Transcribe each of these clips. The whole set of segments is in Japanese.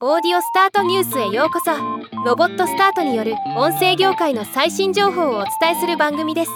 オーディオスタートニュースへようこそ。ロボットスタートによる音声業界の最新情報をお伝えする番組です。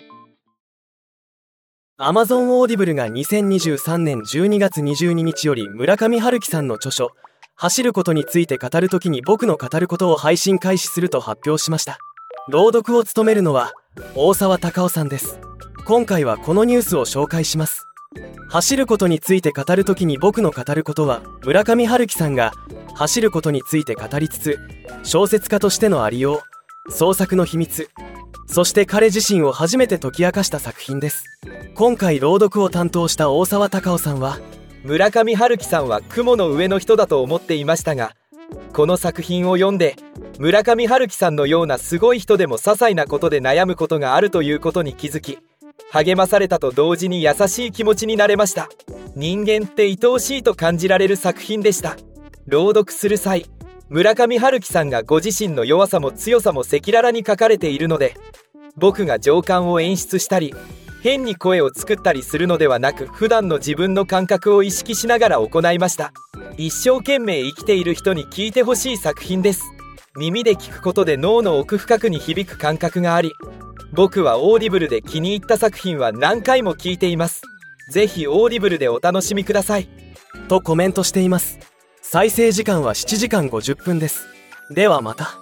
Amazon Audible が2023年12月22日より村上春樹さんの著書走ることについて語るときに僕の語ることを配信開始すると発表しました。朗読を務めるのは大沢たかおさんです。今回はこのニュースを紹介します。走ることについて語るときに僕の語ることは、村上春樹さんが走ることについて語りつつ、小説家としてのありよう、創作の秘密、そして彼自身を初めて解き明かした作品です。今回朗読を担当した大沢たかおさんは、 村上春樹さんは雲の上の人だと思っていましたが、この作品を読んで村上春樹さんのようなすごい人でも些細なことで悩むことがあるということに気づき、励まされたと同時に優しい気持ちになれました。人間って愛おしいと感じられる作品でした。朗読する際、村上春樹さんがご自身の弱さも強さも赤裸々に書かれているので、僕が情感を演出したり変に声を作ったりするのではなく、普段の自分の感覚を意識しながら行いました。一生懸命生きている人に聞いてほしい作品です。耳で聞くことで脳の奥深くに響く感覚があり、僕はオーディブルで気に入った作品は何回も聞いています。ぜひオーディブルでお楽しみくださいとコメントしています。再生時間は7時間50分です。ではまた。